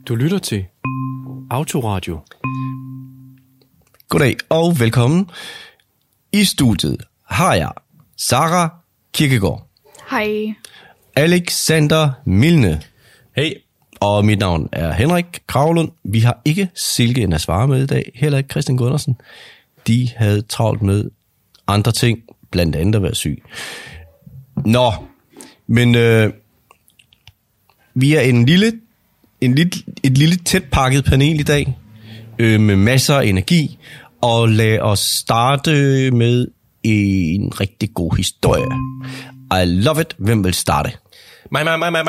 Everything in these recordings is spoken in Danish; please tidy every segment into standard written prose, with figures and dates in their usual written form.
Du lytter til Autoradio. Goddag og velkommen. I studiet har jeg Sara Kirkegaard. Hej. Alexander Milne. Hey. Og mit navn er Henrik Kravlund. Vi har ikke Silke Nasvare med i dag, heller ikke Christian Gundersen. De havde travlt med andre ting, blandt andet at være syg. Nå, men vi er et lille tæt pakket panel i dag, med masser af energi, og lad os starte med en rigtig god historie. I love it. Hvem vil starte? Mig.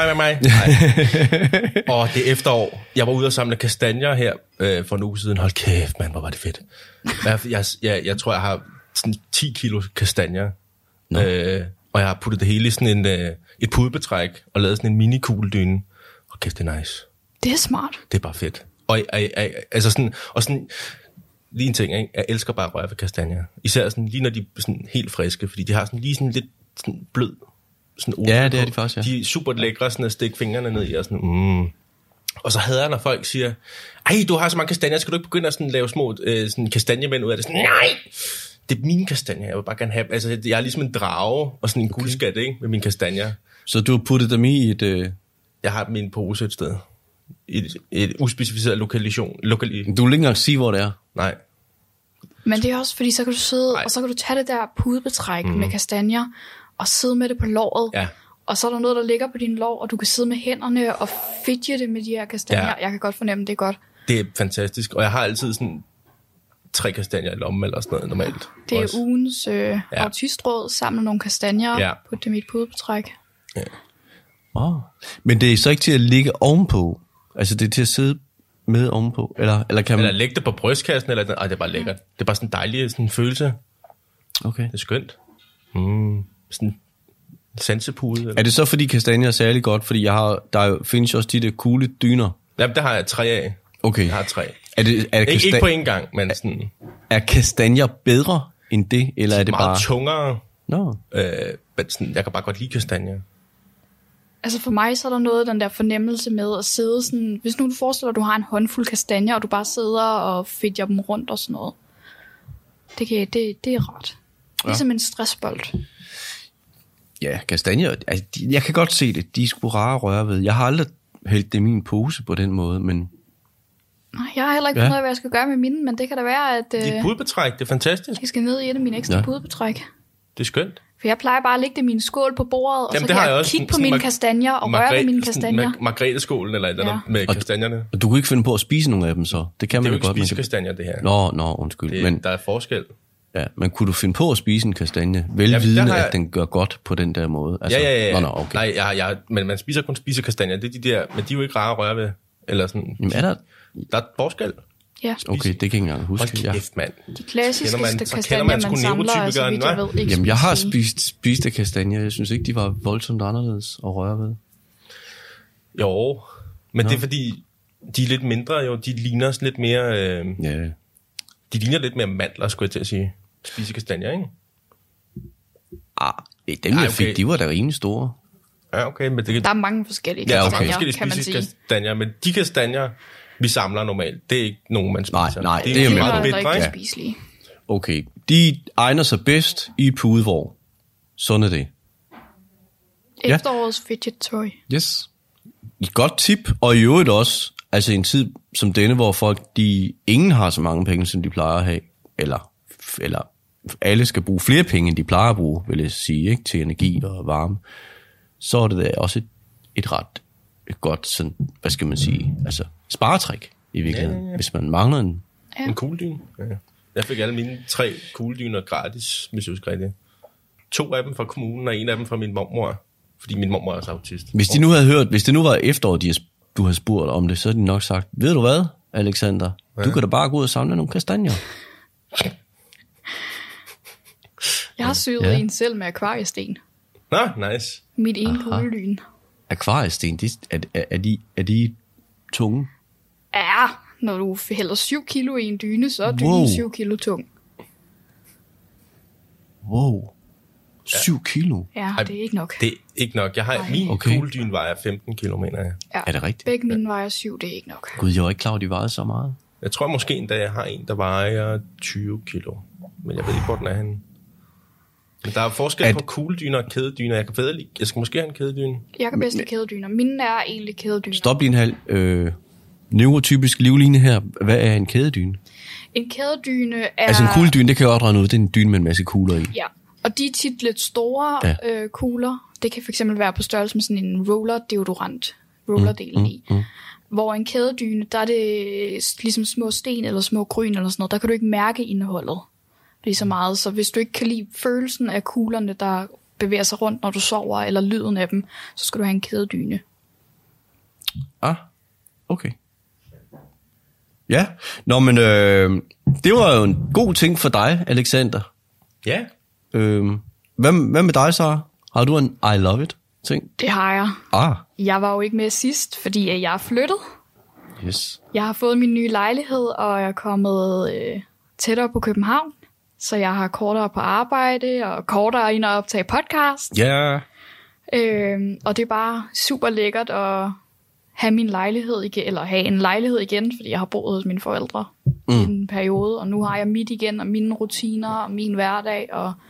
Og det er efterår. Jeg var ude og samle kastanjer her for en uge siden. Hold kæft, mand, hvor var det fedt. Jeg tror, jeg har sådan 10 kilo kastanjer. Og jeg har puttet det hele i sådan et pudebetræk og lavet sådan en mini-kugledyne. Hold kæft, det er nice. Det er smart. Det er bare fedt. Og altså sådan, lige en ting, ikke? Jeg elsker bare at røre ved kastanjer. Især sådan, lige når de er sådan helt friske, fordi de har sådan lige sådan lidt sådan blød. Sådan ja, det er de faktisk, ja. De er super lækre sådan at stikke fingrene ned i og sådan, Og så hader jeg, når folk siger, ej, du har så mange kastanjer, skal du ikke begynde at sådan lave små sådan kastanjemænd ud af det? Sådan, nej, det er mine kastanjer, jeg vil bare gerne have. Altså, jeg er ligesom en drage og sådan en guldskat, ikke, med mine kastanjer. Så du har puttet dem i et... Jeg har dem i en pose et sted. Et uspecificeret lokalisation. Du vil ikke engang sige, hvor det er? Nej. Men det er også, fordi så kan du sidde, og så kan du tage det der pudebetræk med kastanjer, og sidde med det på låret. Ja. Og så er der noget, der ligger på din lår, og du kan sidde med hænderne og fidgete med de her kastanjer. Ja. Jeg kan godt fornemme, det er godt. Det er fantastisk, og jeg har altid sådan 3 kastanjer i lommen eller sådan noget normalt. Det er også ugens autistråd sammen med nogle kastanjer på det mit pudebetræk. Ja. Men det er så ikke til at ligge ovenpå? Altså det er til at sidde med ovenpå? Eller kan man... Eller lægge det på brystkassen, eller... Ej, det er bare lækkert. Det er bare sådan en dejlig sådan følelse. Okay. Det er skønt. Sådan sansepude. Eller? Er det så, fordi kastanjer er særlig godt? Fordi findes jo også de der coole dyner. Jamen, der har jeg 3 af. Okay. Jeg har 3. Ikke på én gang, men sådan... Er kastanjer bedre end det, eller er det meget bare... tungere. Nå. Men sådan, jeg kan bare godt lide kastanjer. Altså for mig så er der noget den der fornemmelse med at sidde sådan... Hvis nu du forestiller dig, at du har en håndfuld kastanjer, og du bare sidder og fidger dem rundt og sådan noget. Det er rart. Ligesom en stressbold. Ja, kastanjer... Altså, jeg kan godt se det. De er sgu rare at røre ved. Jeg har aldrig hældt det i min pose på den måde, men... Nej, jeg har heller ikke fundet ud af, hvad jeg skal gøre med mine, men det kan da være, at... Det er pudebetræk, det er fantastisk. Jeg skal ned i et af mine ekstra pudebetræk. Det er skønt. For jeg plejer bare at lægge det i min skål på bordet, og så kan jeg kigge på mine kastanjer og røre ved mine kastanjer. Margrethe-skålen eller et eller andet med kastanjerne. Og du kunne ikke finde på at spise nogle af dem så? Det kan man jo godt. Det er jo ikke spiskastanjer, det her. Nå, undskyld. Men der er forskel. Ja, men kunne du finde på at spise en kastanje, velvidende, at den gør godt på den der måde? Altså, ja. Nå, okay. Nej, men man spiser kun spisekastanjer. Det er de der, men de er jo ikke rare at røre ved. Eller sådan. Jamen, er der... Der er forskel. Ja. Okay, det kan jeg ikke engang huske. Hold kæft, mand. De klassiske kastanjer, man samler, altså vidt jeg ved ikke. Jamen, jeg har spist af kastanjer. Jeg synes ikke, de var voldsomt anderledes at røre ved. Jo, men det er fordi, de er lidt mindre jo. De ligner sådan lidt mere... De ligner lidt mere mandler, skulle jeg til at sige. Spise kastanjer, ikke? Dem jeg fik, de var da rimelig store. Ja, okay. Men det... Der er mange forskellige kastanjer, kan man sige. Kastanjer, men de kastanjer, vi samler normalt, det er ikke nogen, man spiser. Nej, det er meget rigtig spiselige. Okay, de egner sig bedst i pudevogn. Sådan er det. Efterårets fidget toy. Yes. Et godt tip, og i øvrigt også, altså i en tid som denne, hvor folk, ingen har så mange penge, som de plejer at have, eller alle skal bruge flere penge, end de plejer at bruge, vil jeg sige, ikke, til energi og varme, så er det da også et ret godt, sådan, hvad skal man sige, altså sparetræk i virkeligheden, hvis man mangler en kugledyne. Ja. Jeg fik alle mine 3 kugledyner gratis, hvis jeg husker rigtigt. 2 af dem fra kommunen, og 1 af dem fra min mormor, fordi min mormor er også autist. Hvis det nu var efterår, du havde spurgt om det, så havde de nok sagt, ved du hvad, Alexander, du kan da bare gå ud og samle nogle kastanjer. Jeg har syet en selv med akvariesten. Nå, nice. Mit ene kugledyne. Akvariesten, er de tunge? Ja, når du hælder 7 kilo i en dyne, så er dynen 7 kilo tung. Wow. 7 kilo? Ja, det er ikke nok. Det er ikke nok. Min kugledyne vejer 15 kilo, mener jeg. Ja. Er det rigtigt? Begge mine vejer 7, det er ikke nok. Gud, jeg var ikke klar, at de vejede så meget. Jeg tror måske endda, jeg har en, der vejer 20 kilo. Men jeg ved ikke, hvor den er henne. Men der er forskel på kugledyner og kædedyner. Jeg skal måske have en kædedyne. Jeg kan bedst lide kædedyner. Mine er egentlig kædedyner. Stop lige en halv neurotypisk livline her. Hvad er en kædedyne? En kædedyne er... Altså en kugledyne, det kan jeg godt regne ud. Det er en dyne med en masse kugler i. Ja, og de er tit lidt store kugler. Det kan fx være på størrelse med sådan en roller-deodorant. Rollerdelen i. Hvor en kædedyne, der er det ligesom små sten eller små gryn eller sådan noget. Der kan du ikke mærke indholdet lige så meget. Så hvis du ikke kan lide følelsen af kuglerne, der bevæger sig rundt, når du sover, eller lyden af dem, så skal du have en kædedyne. Ah, okay. Ja, nå, men det var jo en god ting for dig, Alexander. Ja. Hvad med dig, Sara? Har du en I love it ting? Det har jeg. Ah. Jeg var jo ikke med sidst, fordi jeg er flyttet. Yes. Jeg har fået min nye lejlighed, og jeg er kommet tættere på København. Så jeg har kortere på arbejde, og kortere ind og optage podcast. Ja. Og det er bare super lækkert at have min lejlighed igen, eller have en lejlighed igen, fordi jeg har boet hos mine forældre i en periode, og nu har jeg mit igen, og mine rutiner, og min hverdag,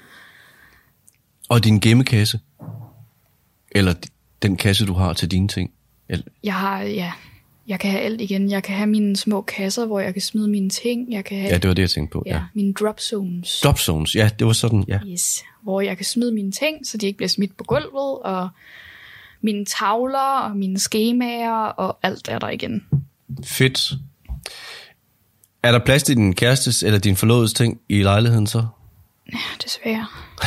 Og din gemmekasse? Eller den kasse, du har til dine ting? Eller? Jeg kan have alt igen. Jeg kan have mine små kasser, hvor jeg kan smide mine ting. Jeg kan have, Ja, det var det, jeg tænkte på. Ja. Mine drop zones. Drop zones, ja, det var sådan, ja. Yes, hvor jeg kan smide mine ting, så de ikke bliver smidt på gulvet, og mine tavler, og mine skemaer, og alt er der igen. Fedt. Er der plads til din kærestes eller din forlovedes ting i lejligheden så? Ja, desværre.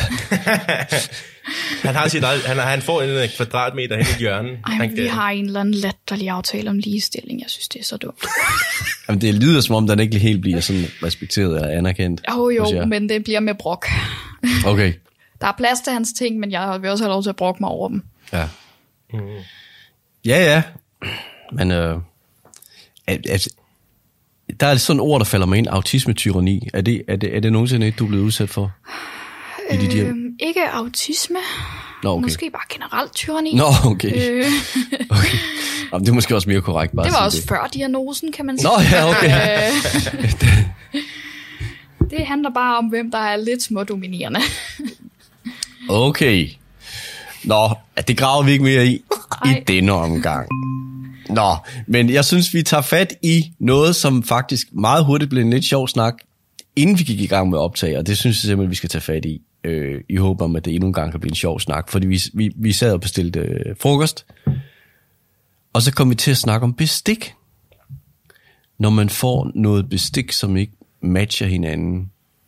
Han får en kvadratmeter hen i hjørnet. Vi har en eller anden latterlig aftale om ligestilling. Jeg synes, det er så dumt. Jamen, det lyder som om, den ikke helt bliver sådan respekteret eller anerkendt. Jo, men det bliver med brok. Okay. Der er plads til hans ting, men jeg vil også have lov til at brokke mig over dem. Ja. Ja. Men der er sådan et ord, der falder mig ind. Autisme-tyranni. Er det nogensinde et, du er blevet udsat for? I dit hjem? Ikke autisme. Nå, okay. Måske bare generelt tyranni. Nå, okay. Okay. Jamen, det er måske også mere korrekt. Bare det var også før diagnosen, kan man sige. Nå, ja, okay. Det handler bare om, hvem der er lidt smådominerende. Okay. Nå, det graver vi ikke mere i denne omgang. Nå, men jeg synes, vi tager fat i noget, som faktisk meget hurtigt blev en lidt sjov snak, inden vi gik i gang med optag, og det synes jeg simpelthen, vi skal tage fat i. I håb om, at det endnu en gang kan blive en sjov snak, fordi vi sad og bestilte frokost, og så kom vi til at snakke om bestik. Når man får noget bestik, som ikke matcher hinanden.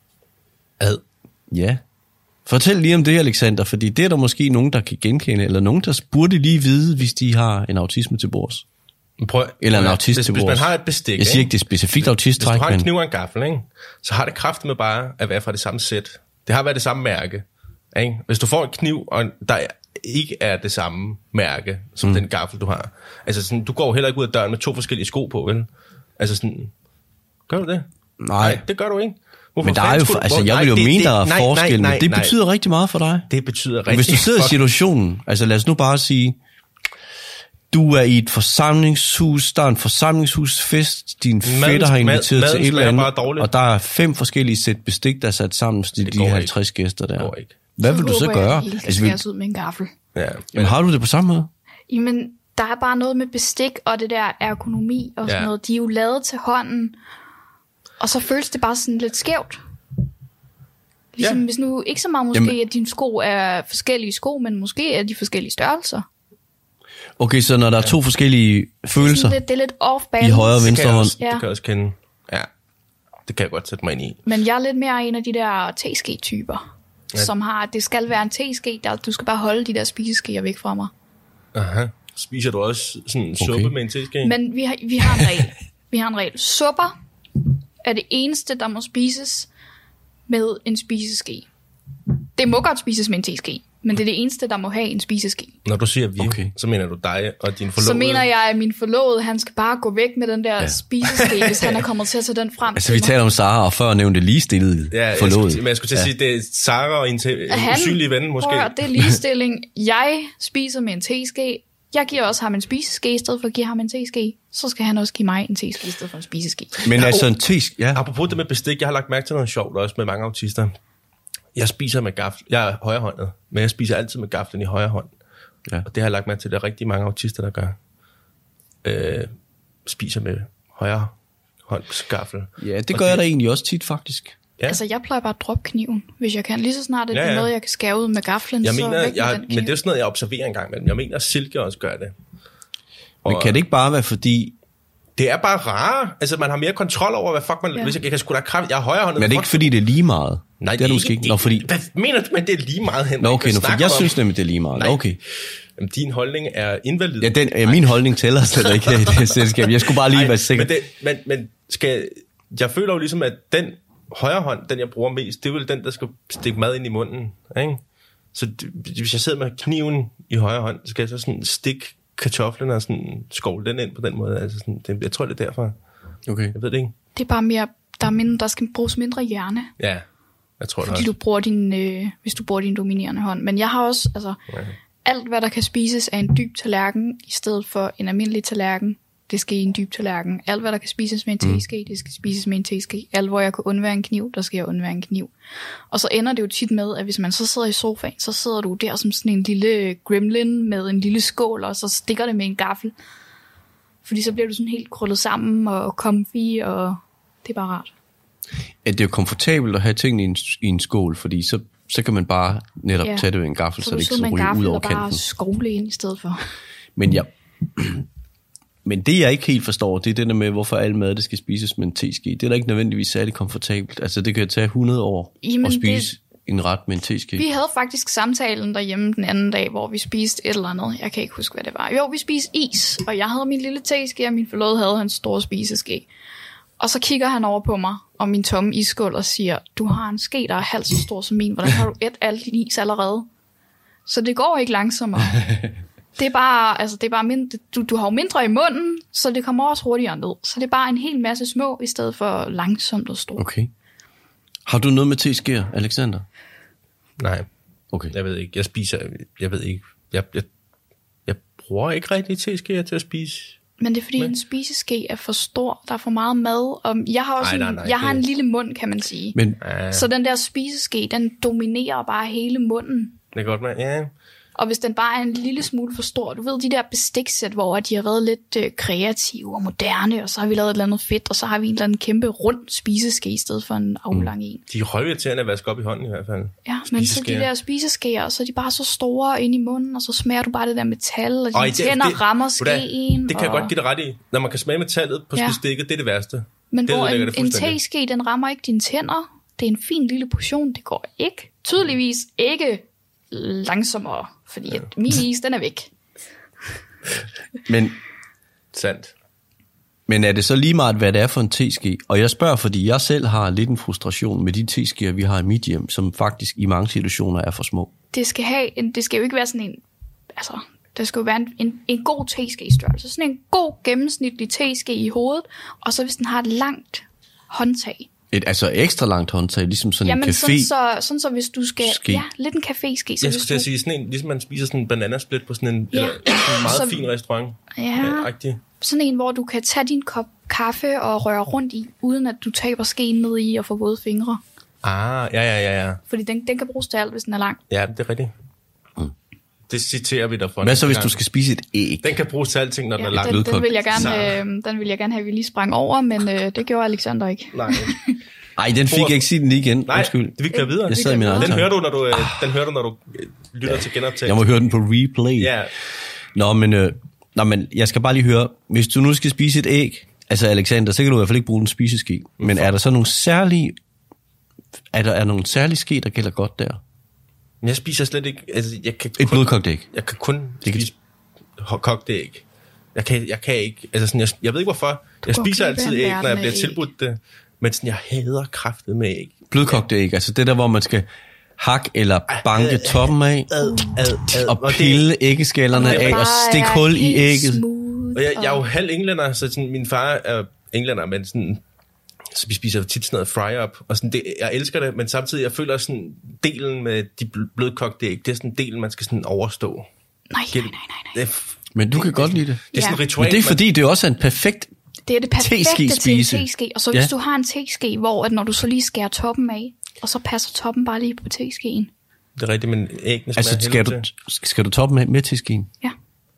Ja. Fortæl lige om det, Alexander, fordi det er der måske nogen, der kan genkende, eller nogen, der burde lige vide, hvis de har en autisme til bords. Eller en autist til bords. Hvis man har et bestik, jeg siger ikke, det er specifikt autist-træk, hvis du har en kniv og en gaffel, ikke? Så har det kraftigt med bare at være fra det samme sæt. Det har været det samme mærke. Ikke? Hvis du får en kniv, og der ikke er det samme mærke, som den gaffel, du har. Altså sådan, du går heller ikke ud af døren med 2 forskellige sko på, vel? Altså sådan, gør du det? Nej, det gør du ikke. Men der er jo, jeg vil jo mene, der er forskel, men det betyder rigtig meget for dig. Det betyder rigtig meget. Hvis du sidder i situationen, altså lad os nu bare sige, du er i et forsamlingshus, der er en forsamlingshusfest, din fætter har inviteret til et eller andet, og der er 5 forskellige sæt bestik, der er sat sammen til de 50 gæster der. Hvad vil du så gøre? Jeg altså, ud med en gaffel. Ja, men har du det på samme måde? Jamen, der er bare noget med bestik og det der ergonomi og sådan noget. De er jo lavet til hånden, og så føles det bare sådan lidt skævt. Ligesom hvis nu ikke så meget måske, at dine sko er forskellige sko, men måske er de forskellige størrelser. Okay, så når der er 2 forskellige følelser det er lidt off-balance i højre og venstre hånd. Det kan jeg også kende. Ja, det kan jeg godt sætte mig ind i. Men jeg er lidt mere en af de der teske-typer, som har, det skal være en teske, du skal bare holde de der spiseskeer væk fra mig. Aha. Spiser du også sådan en suppe med en teske? Men vi har en regel. Vi har en regel. Supper er det eneste, der må spises med en spiseske. Det må godt spises med en teske, Men det er det eneste, der må have en spiseske. Når du siger vi, så mener du dig og din forlovede? Så mener jeg, at min forlovede, han skal bare gå væk med den der spiseske, hvis han er kommet til at tage den frem. Altså, vi taler om Sara, og før nævnte ligestillede forlovede. Men jeg skulle til at sige, det er Sara og en usynlig ven, måske. Prøv, det er ligestilling. Jeg spiser med en teske. Jeg giver også ham en spiseske, i stedet for at give ham en teske. Så skal han også give mig en teske, i stedet for en spiseske. Men altså en teske, ja. Apropos det med bestik, jeg har lagt mærke til noget sjovt også med mange autister. Jeg spiser med gaffel. Jeg er højrehåndet, men jeg spiser altid med gaflen i højre hånd. Ja. Og det har jeg lagt mærke til, at der er rigtig mange autister, der gør. Spiser med højre håndsgaffel. Ja, det gør jeg da egentlig også tit, faktisk. Ja. Altså, jeg plejer bare at droppe kniven, hvis jeg kan. Lige så snart det er noget, jeg kan skære ud med gaflen, så væk med den kniv. Men det er sådan noget, jeg observerer en gang imellem. Jeg mener, at Silke også gør det. Men kan det ikke bare være fordi... Det er bare rare. Altså, man har mere kontrol over, hvad fuck man... Ja. Hvis jeg kan sgu da kraft... Jeg er højrehåndet. Men er det ikke fordi, det er lige meget? Nej, det er måske ikke. Nå, fordi... Hvad mener du, men det er lige meget, Henrik? Nå, okay, jeg synes nemlig, det er lige meget. Nej. Okay. Jamen, din holdning er invalid. Ja, min holdning tæller slet ikke i det selskab. Jeg skulle bare lige være sikker. Men jeg føler jo ligesom, at den højre hånd, den jeg bruger mest, det er vel den, der skal stikke mad ind i munden. Ikke? Så hvis jeg sidder med kniven i højre hånd, så skal jeg så sådan stikke kartoflen og sådan skovle den ind på den måde. Altså sådan, jeg tror, det er derfor. Okay. Jeg ved det ikke. Det er bare mere, der skal bruges mindre hjerne. Ja, jeg tror det også. Fordi du bruger hvis du bruger din dominerende hånd. Men jeg har også, altså, alt hvad der kan spises af en dyb tallerken, i stedet for en almindelig tallerken, det skal i en dyb tallerken. Alt hvad der kan spises med en teske, det skal spises med en teske. Alt hvor jeg kan undvære en kniv, der skal jeg undvære en kniv. Og så ender det jo tit med, at hvis man så sidder i sofaen, så sidder du der som sådan en lille gremlin med en lille skål, og så stikker det med en gaffel. Fordi så bliver du sådan helt krøllet sammen og comfy, og det er bare rart. Ja, det er jo komfortabelt at have tingene i en skål, fordi så kan man bare netop tage det ved en gaffel, så det ikke så ryger ud over kanten. Så du sidder med en gaffel og bare skovle ind i stedet for. Men det jeg ikke helt forstår, det er det der med, hvorfor al mad det skal spises med en teske. Det er da ikke nødvendigvis særlig komfortabelt. Altså det kan tage 100 år at spise en ret med en teske. Vi havde faktisk samtalen derhjemme den anden dag, hvor vi spiste et eller andet. Jeg kan ikke huske, hvad det var. Jo, vi spiste is, og jeg havde min lille teske, og min forlovede havde hans store spiseske. Og så kigger han over på mig og min tomme isskål og siger, du har en ske, der er halvt så stor som min. Hvordan har du alt din is allerede? Så det går ikke langsommere. Det er bare mindre, du har jo mindre i munden, så det kommer også hurtigere ned. Så det er bare en hel masse små, i stedet for langsomt og stort. Okay. Har du noget med teskeer, Alexander? Nej. Okay. Jeg ved ikke. Jeg ved ikke. Jeg bruger ikke rigtig teskeer til at spise. Men det er fordi, en spiseske er for stor. Der er for meget mad. Og jeg har også jeg har en lille mund, kan man sige. Så den der spiseske, den dominerer bare hele munden. Det er godt, man. Ja. Og hvis den bare er en lille smule for stor, du ved de der bestiksæt, hvor de har været lidt kreative og moderne, og så har vi lavet et eller andet fedt, og så har vi en eller anden kæmpe rund spiseske i stedet for en aflang en. De er røvirriterende at vaske op i hånden i hvert fald. Ja, men så de der spiseskeer, så er de bare så store inde i munden, og så smager du bare det der metal, og dine tænder rammer skeen. Det kan jeg godt give dig ret i. Når man kan smage metallet på bestikket, det er det værste. Men hvor en teske, den rammer ikke dine tænder. Det er en fin lille portion, det går ikke. Tydeligvis ikke langsommere, fordi min is, den er væk. Men sandt. Men er det så lige meget, hvad det er for en teske? Og jeg spørger, fordi jeg selv har lidt en frustration med de teskeer, vi har i mit hjem, som faktisk i mange situationer er for små. Det skal jo ikke være sådan en, altså, der skal jo være en god teske i størrelse. Sådan en god gennemsnitlig teske i hovedet, og så hvis den har et langt håndtag. Altså ekstra langt håndtag, ligesom sådan en café. Sådan så hvis du skal... Ja, lidt en café-ske. Jeg skulle til at sige, sådan en, ligesom man spiser sådan en bananasplit på sådan en, en meget fin restaurant. Ja, sådan en, hvor du kan tage din kop kaffe og røre rundt i, uden at du taber skeen ned i og får våde fingre. Ja. Fordi den kan bruges til alt, hvis den er lang. Ja, det er rigtigt. Det citerer vi derfor. Hvad så, hvis du skal spise et æg? Den kan bruges til alting, når den er lagt. Den vil jeg gerne have, at vi lige sprang over, men det gjorde Alexander ikke. Nej, den fik jeg ikke sige den lige igen. Nej, vi kører videre. Jeg sad i min den hører du, når du lytter til genoptagelse. Jeg må høre den på replay. Ja. Nå, men jeg skal bare lige høre, hvis du nu skal spise et æg, altså Alexander, så kan du i hvert fald ikke bruge en spiseske. Men er der så nogle særlige, nogle særlige ske, der gælder godt der? Men jeg spiser slet ikke, altså et blødkogt æg. Jeg kan kun spise kogt æg. Jeg kan ikke, altså sådan, jeg ved ikke hvorfor. Jeg spiser altid æg, når jeg bliver tilbudt det, men sådan, jeg hader kraftet med æg. Blødkogt æg, altså det der, hvor man skal hak eller banke toppen af, og pille æggeskallerne af, og stik hul i ægget. Og jeg er jo halv englænder, så sådan, min far er englænder, men sådan, så vi spiser tit sådan noget fry-up, og sådan, jeg elsker det, men samtidig, jeg føler sådan, delen med de blødkogte æg, det er sådan en del, man skal sådan overstå. Nej. Men du kan godt lide det. Det er sådan et ritual. Men det er fordi, det er også en perfekt Det er det perfekte til en teske. Og så hvis Ja. du har en teske, hvor at når du så lige skærer toppen af, og så passer toppen bare lige på teskeen. Det er rigtigt, men æggene Altså, skal du toppen med til skien? Ja.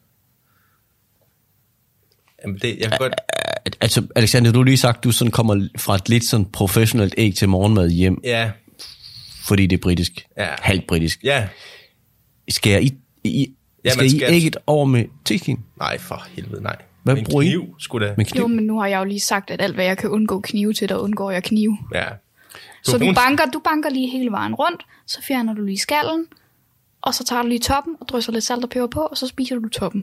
Jamen, det, jeg kan godt... Altså, Alexander, du har lige sagt, du sådan kommer fra et lidt sådan professionelt æg til morgenmad hjem, Ja, fordi det er britisk. Ja. Halvt britisk. ja. Skal I ægget over med teskien? Nej, for helvede, nej. Hvad Med en bruger I? kniv, skulle da. Med kniv? Jo, men nu har jeg jo lige sagt, at alt hvad jeg kan undgå knive til, der undgår jeg knive. Ja. Så du banker lige hele vejen rundt, så fjerner du lige skallen, og så tager du lige toppen og drysser lidt salt og peber på, og så spiser du toppen.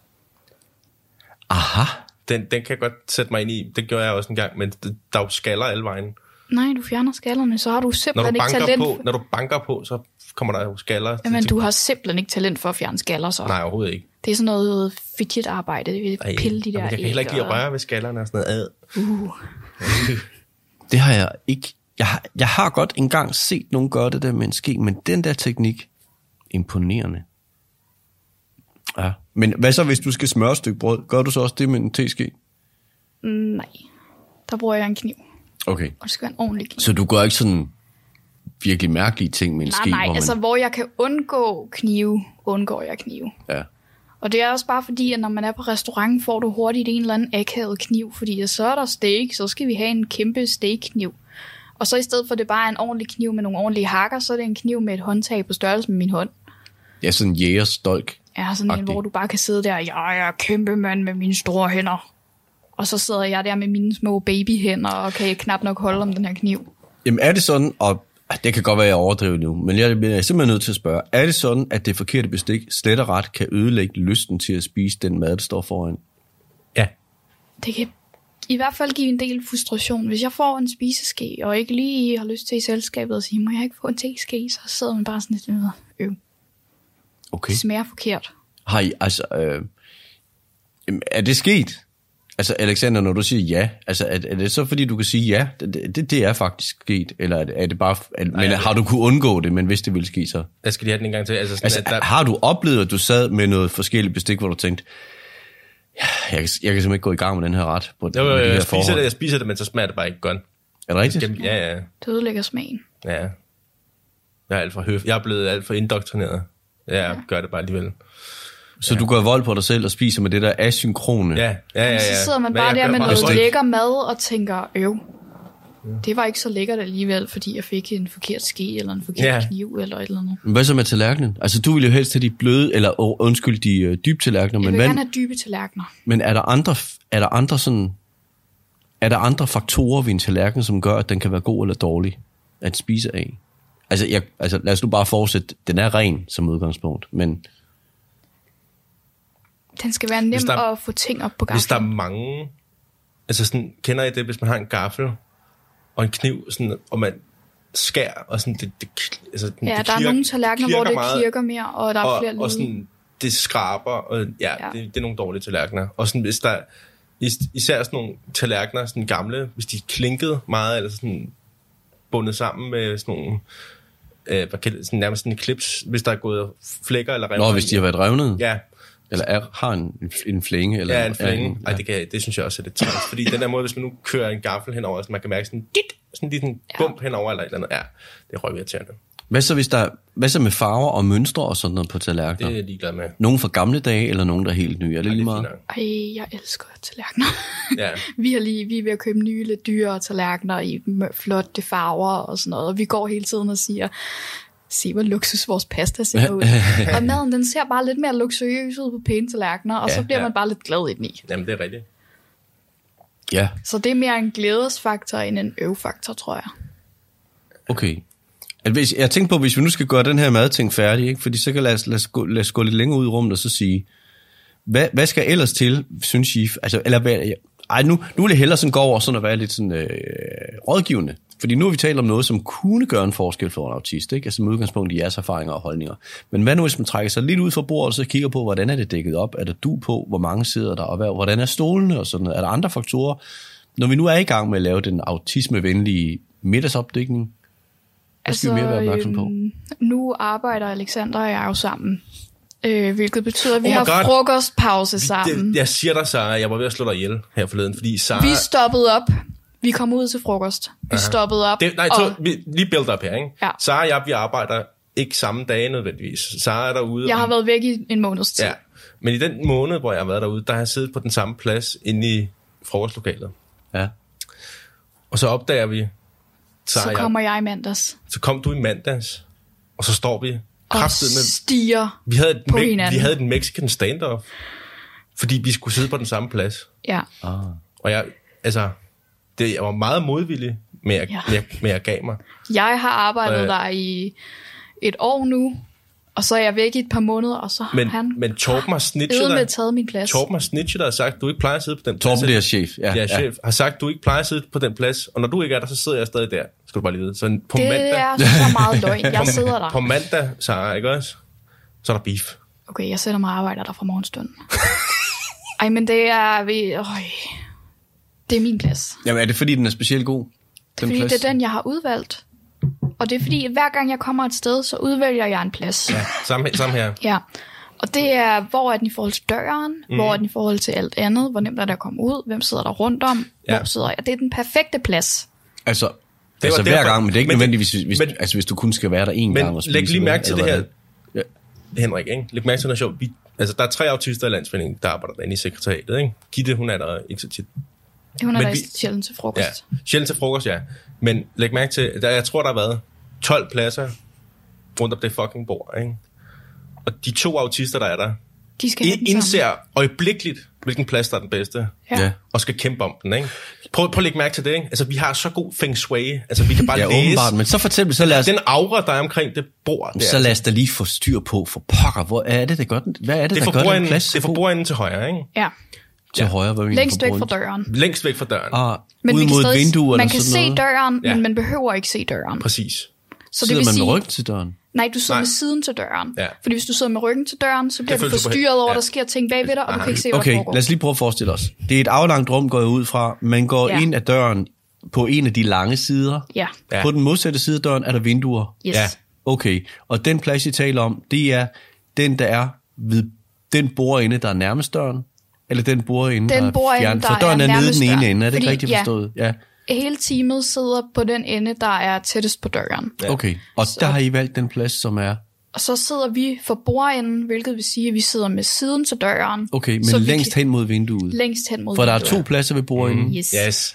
Aha. Den kan jeg godt sætte mig ind i. Det gjorde jeg også en gang, men der er jo skaller alle vejen. Nej, du fjerner skallerne, så har du simpelthen ikke talent. Når du banker på, så kommer der jo skaller. Jamen, du har simpelthen ikke talent for at fjerne skaller, så. Nej, overhovedet ikke. Det er sådan noget fidget-arbejde, det vil pille de der jeg kan heller ikke lide at røre ved skallerne og sådan noget. Det har jeg ikke. Jeg har godt engang set nogen gøre det der med en ske, men den der teknik, imponerende. Ja. Men hvad så, hvis du skal smøre et stykke brød? Gør du så også det med en teske? Nej, der bruger jeg en kniv. Okay. Og det skal være en ordentlig kniv. Så du gør ikke sådan virkelig mærkelige ting med en ske? Nej, hvor man... altså hvor jeg kan undgå knive, undgår jeg knive. Ja. Og det er også bare fordi, at når man er på restaurant, får du hurtigt en eller anden akavet kniv, fordi så er der steak, så skal vi have en kæmpe steakkniv. Og så i stedet for det bare er en ordentlig kniv med nogle ordentlige hakker, så er det en kniv med et håndtag på størrelse med min hånd. Ja, sådan en jægerstolk. Ja, sådan en, hvor du bare kan sidde der, jeg er kæmpe mand med mine store hænder. Og så sidder jeg der med mine små babyhænder, og kan knap nok holde om den her kniv. Jamen er det sådan, og det kan godt være, at jeg overdriver nu, men jeg er simpelthen nødt til at spørge, er det sådan, at det forkerte bestik slet og ret kan ødelægge lysten til at spise den mad, der står foran? Ja. Det kan i hvert fald give en del frustration. Hvis jeg får en spiseske, og ikke lige har lyst til i selskabet at sige, må jeg ikke få en teske, så sidder man bare sådan lidt Okay. Det smager forkert. Har I, altså, er det sket? Altså, Alexander, når du siger ja, altså, er det så, fordi du kan sige ja, det er faktisk sket, eller er det bare, men har du kunne undgå det, men hvis det ville ske så? Jeg skal lige have den en gang til. Altså, sådan, Altså, har du oplevet, at du sad med noget forskelligt bestik, hvor du tænkte, ja, jeg kan simpelthen ikke gå i gang med den her ret på det, med de her forhold? Jeg spiser det, men så smager det bare ikke godt. Er det rigtigt? Ja. Det ødelægger smagen. Ja. Jeg er blevet alt for indoktrineret. Jeg gør det bare alligevel. Så du går vold på dig selv og spiser med det der asynkrone? Ja. Så sidder man bare der med noget lækker mad og tænker, det var ikke så lækkert alligevel, fordi jeg fik en forkert ske, eller en forkert kniv, eller et eller andet. Hvad så med tallerkenen? Altså, du ville jo helst have de bløde, eller de dybe tallerkener. Jeg vil gerne have dybe tallerkener. Men er der andre faktorer ved en tallerken, som gør, at den kan være god eller dårlig at spise af? Altså, lad os nu bare fortsætte. Den er ren som udgangspunkt, men... Den skal være nem at få ting op på gaflen. Hvis der er mange... Altså sådan, kender I det, hvis man har en gaffel og en kniv, sådan, og man skærer, og sådan, det der er nogle tallerkener, hvor det klirker mere, og der er flere lyde. Og sådan, det skraber, og det er nogle dårlige tallerkener. Og sådan, hvis der især sådan nogle tallerkener, sådan gamle, hvis de klinkede meget, eller sådan bundet sammen med sådan nogle... sådan nærmest sådan en klips, hvis der er gået flækker eller revner. Nå, hvis de har været revnet? Ja. Eller har en flænge? Eller en flænge. Det synes jeg også er lidt træls. Fordi den der måde, hvis man nu kører en gaffel henover, så man kan mærke sådan en bump henover eller et eller andet. Ja, det er røvirriterende. Hvad så med farver og mønstre og sådan noget på tallerkener? Det er jeg ligeglad med. Nogen fra gamle dage, eller nogen, der er helt nye? Er det lige meget? Jeg elsker tallerkener. Ja. Vi er ved at købe nye, lidt dyrere tallerkener i flotte farver og sådan noget. Og vi går hele tiden og siger... Se, hvor luksus vores pasta ser ud. Og maden, den ser bare lidt mere luksuriøs ud på pæne tallerkener, og så bliver man bare lidt glad indeni. Jamen, det er rigtigt. Ja. Så det er mere en glædesfaktor end en øvfaktor, tror jeg. Okay. Jeg tænkte på, hvis vi nu skal gøre den her madting færdig, ikke? Fordi så kan lad os gå lidt længere ud i rummet og så sige, hvad skal ellers til, synes I? Altså, eller nu vil jeg hellere sådan gå over sådan at være lidt sådan rådgivende. Fordi nu har vi talt om noget, som kunne gøre en forskel for en autist, ikke? Altså med udgangspunkt i jeres erfaringer og holdninger. Men hvad nu, hvis man trækker sig lidt ud fra bordet, og så kigger på, hvordan er det dækket op? Er der du på? Hvor mange sidder der? Og hvordan er stolene? Og sådan noget? Er der andre faktorer? Når vi nu er i gang med at lave den autismevenlige middagsopdækning, hvad skal vi mere være opmærksom på? Nu arbejder Alexander og jeg jo sammen. Hvilket betyder, at vi har frokostpause sammen. Jeg siger dig, Sarah, jeg var ved at slå dig ihjel her forleden, fordi Sarah... Vi stoppede op. Vi kom ud til frokost. Vi stoppede op. Lige build up her, ikke? Ja. Sarah og jeg, vi arbejder ikke samme dage nødvendigvis. Sarah er derude... Jeg har været væk i en måneds tid. Ja. Men i den måned, hvor jeg har været derude, der har jeg siddet på den samme plads inde i frokostlokalet. Ja. Og så opdager vi... Så kommer jeg i mandags. Så kom du i mandags, og så står vi... Og stiger på hinanden. Vi havde et Mexican standoff, fordi vi skulle sidde på den samme plads. Ja. Og jeg var meget modvillig med at gav mig. Jeg har arbejdet der i et år nu, og så er jeg væk i et par måneder, og så har han... Men Torben har snitchet dig. Taget min plads. Torben har snitchet dig og sagt, du ikke plejer at sidde på den plads. Torben, det er chef. Ja, chef. Har sagt, du ikke plejer at sidde på den plads, og når du ikke er der, så sidder jeg stadig der. Skal du bare lige vide. Så på det mandag, er så meget løgn. Jeg sidder der. På mandag, Sarah, ikke også? Så er der beef. Okay, jeg sætter mig og arbejder der fra morgenstunden. Ej, men det er... Det er min plads. Jamen, er det fordi, den er specielt god? Det er fordi, det er den, jeg har udvalgt. Og det er fordi, hver gang jeg kommer et sted, så udvælger jeg en plads. Ja, samme her. Ja, og det er, hvor er den i forhold til døren, hvor er den i forhold til alt andet, hvor nemt er det at komme ud, hvem sidder der rundt om, hvor sidder jeg. Det er den perfekte plads. Altså hver gang, men det er ikke nødvendigvis, hvis du kun skal være der en gang og spise. Men læg lige mærke til det her, Henrik, ikke? Læg mærke til noget sjovt. Der er 3 autister i Landsforeningen, der arbejder derinde i sekretariatet, ikke? Gitte, hun er der ikke så tit. Hun er der sjældent til frokost. Ja, sjældent til frokost, ja. Men læg mærke til, jeg tror, der har været 12 pladser rundt om det fucking bord, ikke? Og de 2 autister, der er der, de indser øjeblikkeligt, hvilken plads, der er den bedste, og skal kæmpe om den, ikke? Prøv at lægge mærke til det, ikke? Altså, vi har så god feng shui, altså, vi kan bare læse. Åbenbart, men så fortæl mig, så lad os... Den aura, der er omkring det bord. Det så lad os da lige få styr på, for pokker, hvor er det, der gør den? Hvad er det, der gør den plads? Det er for bordenden til højre, ikke? Ja. Til højre, hvor vi længst væk fra døren. Længst væk fra døren. Men ud mod et vindue eller man kan sådan noget. se døren, men man behøver ikke se døren. Præcis. Så sidder man med ryggen til døren? Nej, du sidder med siden til døren. Ja. Fordi hvis du sidder med ryggen til døren, så bliver du forstyrret over, der sker ting bagved dig, og du kan ikke se, hvad der foregår. Lad os lige prøve at forestille os. Det er et aflangt rum, går jeg ud fra. Man går ind ad døren på en af de lange sider. Ja. På den modsatte side af døren er der vinduer. Yes. Ja. Okay, og den plads, I taler om, det er den, der er ved den bordende, der er nærmest døren. Eller den bordende, der er fjernet. For døren er nede den ene ende, er det ikke rigtigt forstået? Ja. Hele teamet sidder på den ende, der er tættest på døren. Ja. Okay, og der har I valgt den plads, som er... Og så sidder vi for bordenden, hvilket vil sige, at vi sidder med siden til døren. Okay, men længst hen mod vinduet. Længst hen mod for vinduet. For der er 2 pladser ved bordenden. Yes.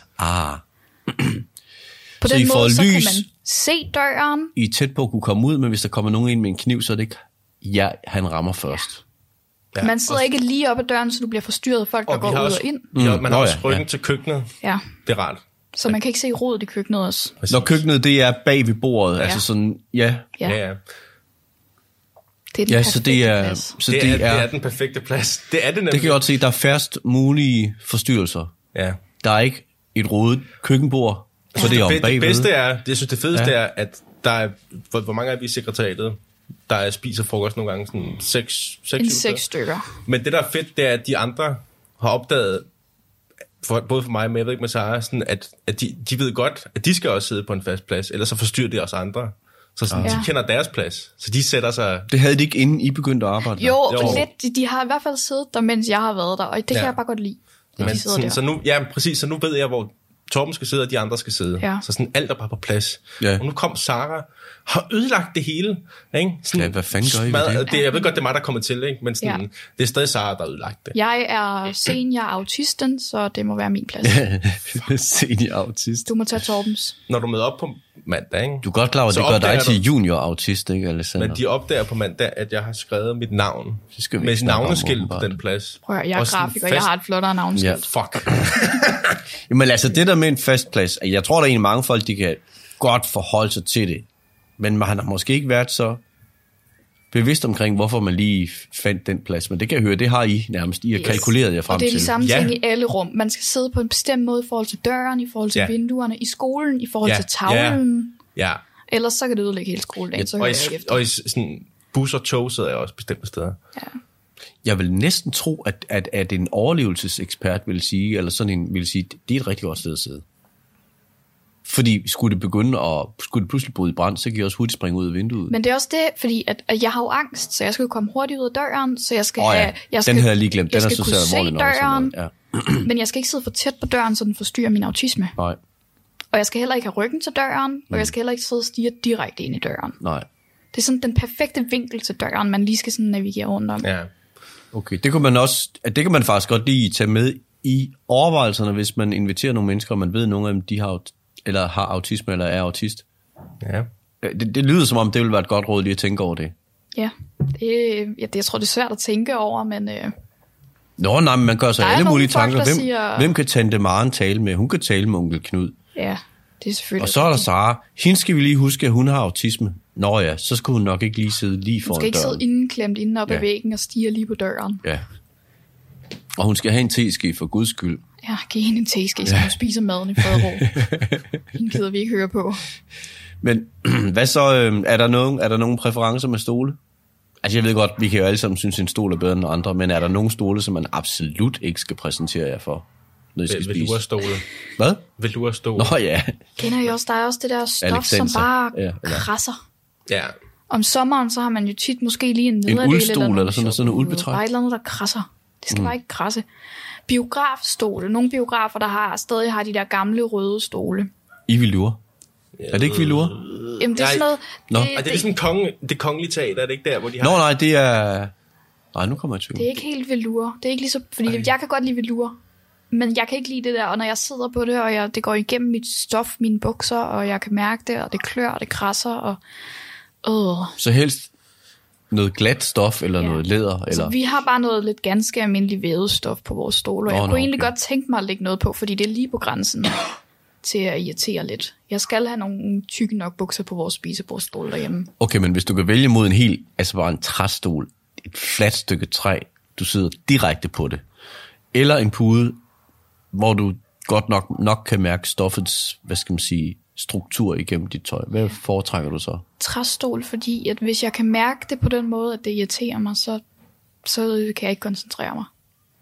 På så den måde, så kan man se døren. I er tæt på at kunne komme ud, men hvis der kommer nogen ind med en kniv, så er det ikke han rammer først. Ja. Man sidder ikke lige op ad døren, så du bliver forstyrret af folk, der går ud og ind. Man har også ryggen til køkkenet. Ja. Det er rart. Så man kan ikke se rodet i køkkenet også. Når køkkenet, det er bag ved bordet, altså sådan, ja. Det er den perfekte plads. Så det er den perfekte plads. Det er det nemlig. Det kan jeg godt se, der er færrest mulige forstyrrelser. Ja. Der er ikke et rodet køkkenbord, så det er om bagved. Det bedste er, jeg synes det fedeste er, at der er, hvor mange af vi i sekretariatet, der spiser frokost nogle gange sådan 6 stykker. Men det der er fedt, det er, at de andre har opdaget, både for mig, men jeg ved ikke med Sarah, sådan at de ved godt, at de skal også sidde på en fast plads, ellers så forstyrrer de os andre. Så sådan, de kender deres plads, så de sætter sig... Det havde de ikke, inden I begyndte at arbejde der? Jo. Lidt. De har i hvert fald siddet der, mens jeg har været der, og det kan jeg bare godt lide. Men sådan, så nu, præcis, så nu ved jeg, hvor Torben skal sidde, og de andre skal sidde. Ja. Så sådan alt er bare på plads. Ja. Og nu kom Sarah, har ødelagt det hele. Ikke? Sådan, hvad fanden gør I ved det? Jeg ved godt, det er mig, der er kommet til, ikke? Men sådan, det er stadig Sarah, der har ødelagt det. Jeg er senior-autisten, så det må være min plads. Senior-autist. Du må tage Torbens. Når du møder op på mandag, ikke? Du er godt klar over, at det gør dig til junior-autist, ikke, Alexander? Men de opdager på mandag, at jeg har skrevet mit navn med navneskilt på den plads. Prøv at, jeg er grafiker, jeg har et flottere navneskilt. Fuck. Jamen altså, det der med en fast plads, jeg tror, der er egentlig mange folk, de kan godt forholde sig til det. Men han har måske ikke været så bevidst omkring, hvorfor man lige fandt den plads. Men det kan jeg høre, det har I nærmest. I har kalkuleret jer frem til. Og det er de samme ting i alle rum. Man skal sidde på en bestemt måde i forhold til døren, i forhold til vinduerne, i skolen, i forhold til tavlen. Ja. Ellers så kan det ødelægge hele skoledagen. Så og i sådan bus og tog sidder jeg også bestemte steder. Ja. Jeg vil næsten tro, at en overlevelsesekspert vil sige, eller sådan en vil sige, det er et rigtig godt sted at sidde. Fordi skulle det pludselig bryde i brand, så kan jeg også hurtigt springe ud af vinduet. Men det er også det, fordi at jeg har jo angst, så jeg skal jo komme hurtigt ud af døren, så jeg skal den havde jeg lige glemt. Jeg skal kunne se døren, men jeg skal ikke sidde for tæt på døren, så den forstyrrer min autisme. Nej. Og jeg skal heller ikke have ryggen til døren, og jeg skal heller ikke sidde og stirre direkte ind i døren. Nej. Det er sådan den perfekte vinkel til døren, man lige skal sådan navigere rundt om. Ja. Okay, det kan man faktisk godt lige tage med i overvejelserne, hvis man inviterer nogle mennesker, og man ved, at nogle af dem har autisme eller er autist. Ja. Det lyder som om, det vil være et godt råd lige at tænke over det. Ja, jeg tror, det er svært at tænke over, men... Nej, men man gør sig alle mulige tanker. Siger... Hvem kan Tante Maren tale med? Hun kan tale med onkel Knud. Ja, det er selvfølgelig... Og så er der Sara. Hende skal vi lige huske, at hun har autisme. Nå ja, så skal hun nok ikke lige sidde lige foran døren. Hun skal ikke sidde indeklemt inden op ad væggen og stirre lige på døren. Ja. Og hun skal have en teske for Guds skyld. Ja, giv hende en teske, så hun spiser maden i fred og ro. Hende gider vi ikke høre på. Men hvad så? Er der nogen præferencer med stole? Altså jeg ved godt, vi kan jo alle sammen synes, en stol er bedre end andre, men er der nogen stole, som man absolut ikke skal præsentere jer for, når I skal spise? Vil du have stole? Hvad? Vil du have stole? Nå ja. Kender I også, der er også det der stof, som bare krasser. Ja. Om sommeren, så har man jo tit måske lige en nederdel. En uldstol eller sådan noget uldbetræk. Der er et eller andet, der krasser. Det skal bare ikke krasse. Biografstole. Nogle biografer, der stadig har de der gamle røde stole. I Vildure. Er det ikke Vildure? Jamen, det er sådan noget... Er det ligesom det kongelige teater? Er det ikke der, hvor de har... Nej, det er... Nej, nu kommer jeg i tvivl. Det er ikke helt Vildure. Det er ikke lige så... Fordi jeg kan godt lide Vildure. Men jeg kan ikke lide det der, og når jeg sidder på det, og det går igennem mit stof, mine bukser, og jeg kan mærke det, og det klør, og det krasser, og... Så helst noget glat stof, eller noget læder? Eller... Så vi har bare noget lidt ganske almindeligt vævestof på vores stole, og jeg kunne egentlig godt tænke mig at lægge noget på, fordi det er lige på grænsen til at irritere lidt. Jeg skal have nogle tykke nok bukser på vores spisebordstol derhjemme. Okay, men hvis du kan vælge mod en helt, altså bare en træstol, et fladt stykke træ, du sidder direkte på det, eller en pude, hvor du godt nok kan mærke stoffets, hvad skal man sige, struktur igennem dit tøj. Hvad foretrækker du så? Træstol, fordi at hvis jeg kan mærke det på den måde, at det irriterer mig, så kan jeg ikke koncentrere mig.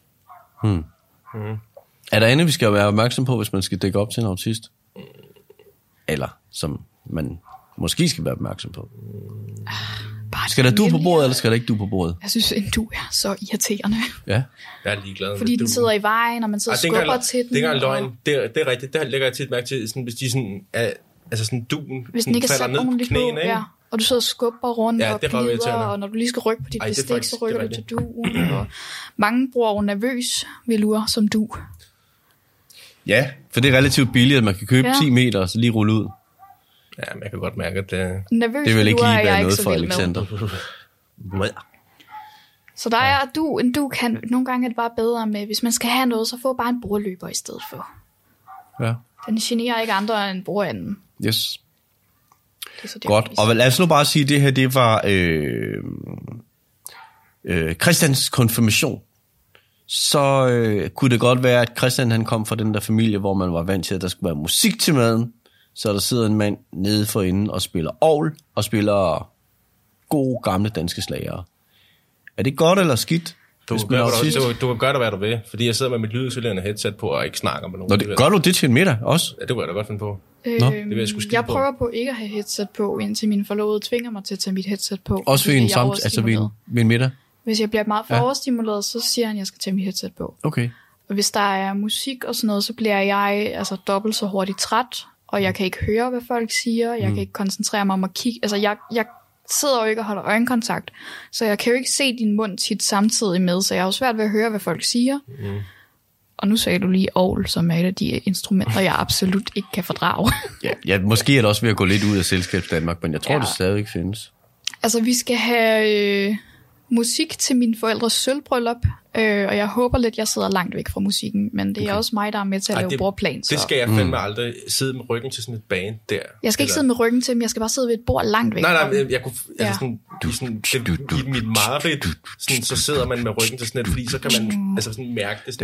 Er der andet, vi skal være opmærksom på, hvis man skal dække op til en autist? Eller som man måske skal være opmærksom på? Skal der du på bordet, eller skal der ikke du på bordet? Jeg synes, en du er så irriterende. Ja. Jeg er ligeglad. Fordi den sidder i vejen, og man sidder og skubber til den. Det er ikke løgn. Det er rigtigt. Det lægger jeg tit mærke til, sådan, hvis de sådan er, altså sådan duen, hvis den ikke er sat ordentligt på, ja. Og du sidder og skubber rundt og glider, og når du lige skal rykke på dit bestik, så rykker du til duen. Og mange bruger jo nervøs velure som du. Ja, for det er relativt billigt, at man kan købe 10 meter og så lige rulle ud. Ja, men jeg kan godt mærke, at nervøs det vil ikke lige være noget for Alexander. Så der er du kan nogle gange er det bare bedre med, hvis man skal have noget, så få bare en bordløber i stedet for. Ja. Den generer ikke andre end bordenden. Yes. Godt, og lad os nu bare sige, at det her, det var Christians konfirmation. Så kunne det godt være, at Christian han kom fra den der familie, hvor man var vant til, at der skulle være musik til maden. Så der sidder en mand nede for enden og spiller orgel og spiller gode gamle danske slagere. Er det godt eller skidt? Du kan gøre det, hvad du vil, fordi jeg sidder med mit lydisolerende headset på og ikke snakker med nogen. Gør du det til en middag også? Ja, det kunne jeg da godt finde på. Det vil jeg prøver på ikke at have headset på, indtil min forlovede tvinger mig til at tage mit headset på. Også ved en middag? Hvis jeg bliver meget for overstimuleret, så siger han, at jeg skal tage mit headset på. Okay. Og hvis der er musik og sådan noget, så bliver jeg dobbelt så hurtigt træt, og jeg kan ikke høre, hvad folk siger. Jeg kan ikke koncentrere mig om at kigge. Altså, jeg sidder jo ikke og holder øjenkontakt, så jeg kan jo ikke se din mund tit samtidig med, så jeg har jo svært ved at høre, hvad folk siger. Og nu sagde du lige orgel, som er et af de instrumenter, jeg absolut ikke kan fordrage. Ja, måske er det også ved at gå lidt ud af selskabs Danmark, men jeg tror, det stadig ikke findes. Altså, musik til mine forældres sølvbryllup, og jeg håber lidt, jeg sidder langt væk fra musikken, men det er også mig, der er med til at lave bordplan. Så. Det skal jeg fandme aldrig sidde med ryggen til sådan et band der. Jeg skal ikke sidde med ryggen til dem, jeg skal bare sidde ved et bord langt væk. Nej, jeg kunne, i mit mareridt, sådan, så sidder man med ryggen til sådan et, fordi så kan man altså sådan mærke det.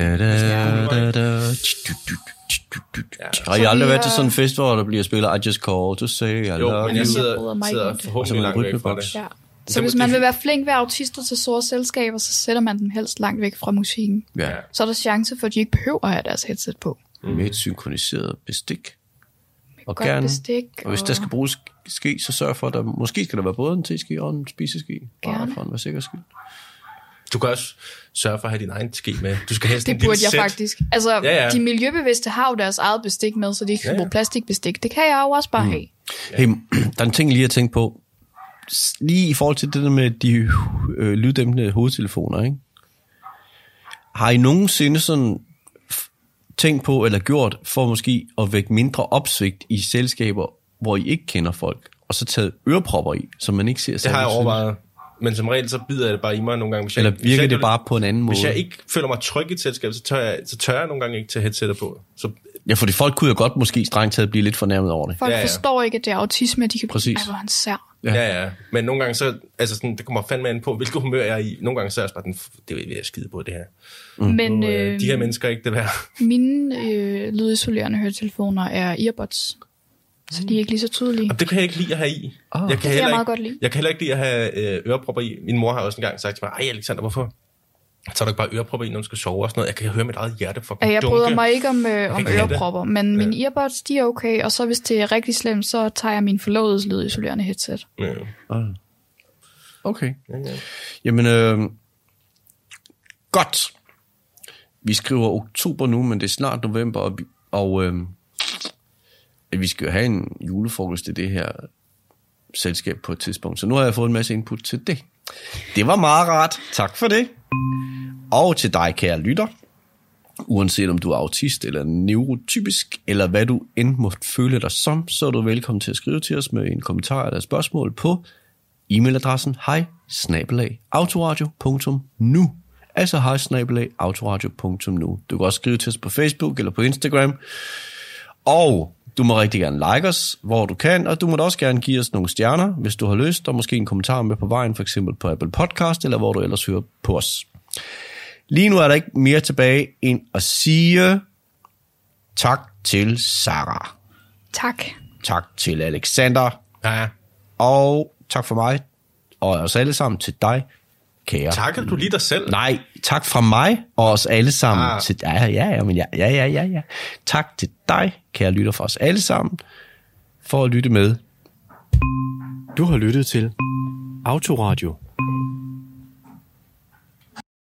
Har I aldrig været til sådan en fest, hvor der bliver spillet I Just Call to Say I Jo, love men jeg you? sidder forhåbentlig langt væk fra det. Ja. Så hvis man vil være flink ved autister til store selskaber, så sætter man dem helst langt væk fra musikken. Ja. Så er der chance for, at de ikke behøver at have deres headset på. Med et synkroniseret bestik. Og godt gerne, bestik, og hvis der skal bruges ske, så sørg for, at der måske skal der være både en teske og en spiseske. Bare for en være sikker skyld. Du kan også sørge for at have din egen ske med. Du skal have sådan det burde jeg faktisk. Altså, de miljøbevidste har jo deres eget bestik med, så de ikke skal bruge plastikbestik. Det kan jeg jo også bare have. Hey, der er en ting lige at tænke på. Lige i forhold til det der med de lyddæmpende hovedtelefoner, ikke? Har I nogensinde sådan tænkt på eller gjort for måske at vække mindre opsvigt i selskaber, hvor I ikke kender folk, og så taget ørepropper i, så man ikke ser sig? Det har jeg overvejet. Men som regel, så bider jeg det bare i mig nogle gange. Eller virker det bare på en anden måde? Hvis jeg ikke føler mig tryg i et selskab, så tør jeg nogle gange ikke tage headsetet på. Så ja, fordi folk kunne jo godt måske strengt taget blive lidt fornærmet over det. Folk forstår ikke, at det er autisme, de kan blive, hvor han ser. Ja. Men nogle gange så, altså sådan, det kommer fandme an på, hvilket humør jeg er i. Nogle gange så er jeg bare det vil jeg skide på det her. Men de her mennesker er ikke det værd. Mine lydisolerende høretelefoner er earbuds. Så de er ikke lige så tydelige. Og det kan jeg ikke lide at have i. Det kan jeg meget godt lide. Jeg kan heller ikke lide at have ørepropper i. Min mor har også engang sagt til mig, ej Alexander, hvorfor tager du ikke bare ørepropper i, når du skal sove og sådan noget? Jeg kan høre mit eget hjerte for jeg bryder mig ikke om ørepropper, men mine earbuds, de er okay. Og så hvis det er rigtig slemt, så tager jeg min forlovedes lydisolerende headset. Ja. Okay. Ja. Jamen, godt. Vi skriver oktober nu, men det er snart november, og vi skal jo have en julefrokost i det her selskab på et tidspunkt. Så nu har jeg fået en masse input til det. Det var meget rart. Tak for det. Og til dig, kære lytter. Uanset om du er autist eller neurotypisk, eller hvad du end måtte føle dig som, så er du velkommen til at skrive til os med en kommentar eller spørgsmål på e-mailadressen hej@autoradio.nu. Altså hej@autoradio.nu. Du kan også skrive til os på Facebook eller på Instagram. Og du må rigtig gerne like os, hvor du kan, og du må også gerne give os nogle stjerner, hvis du har lyst, og måske en kommentar med på vejen, for eksempel på Apple Podcast, eller hvor du ellers hører på os. Lige nu er der ikke mere tilbage end at sige tak til Sarah. Tak. Tak til Alexander. Ja. Og tak for mig, og os alle sammen til dig, kære. Takker du lige dig selv? Nej, tak fra mig og os alle sammen. Til, ja. Tak til dig, kære lytter, for os alle sammen, for at lytte med. Du har lyttet til Autoradio.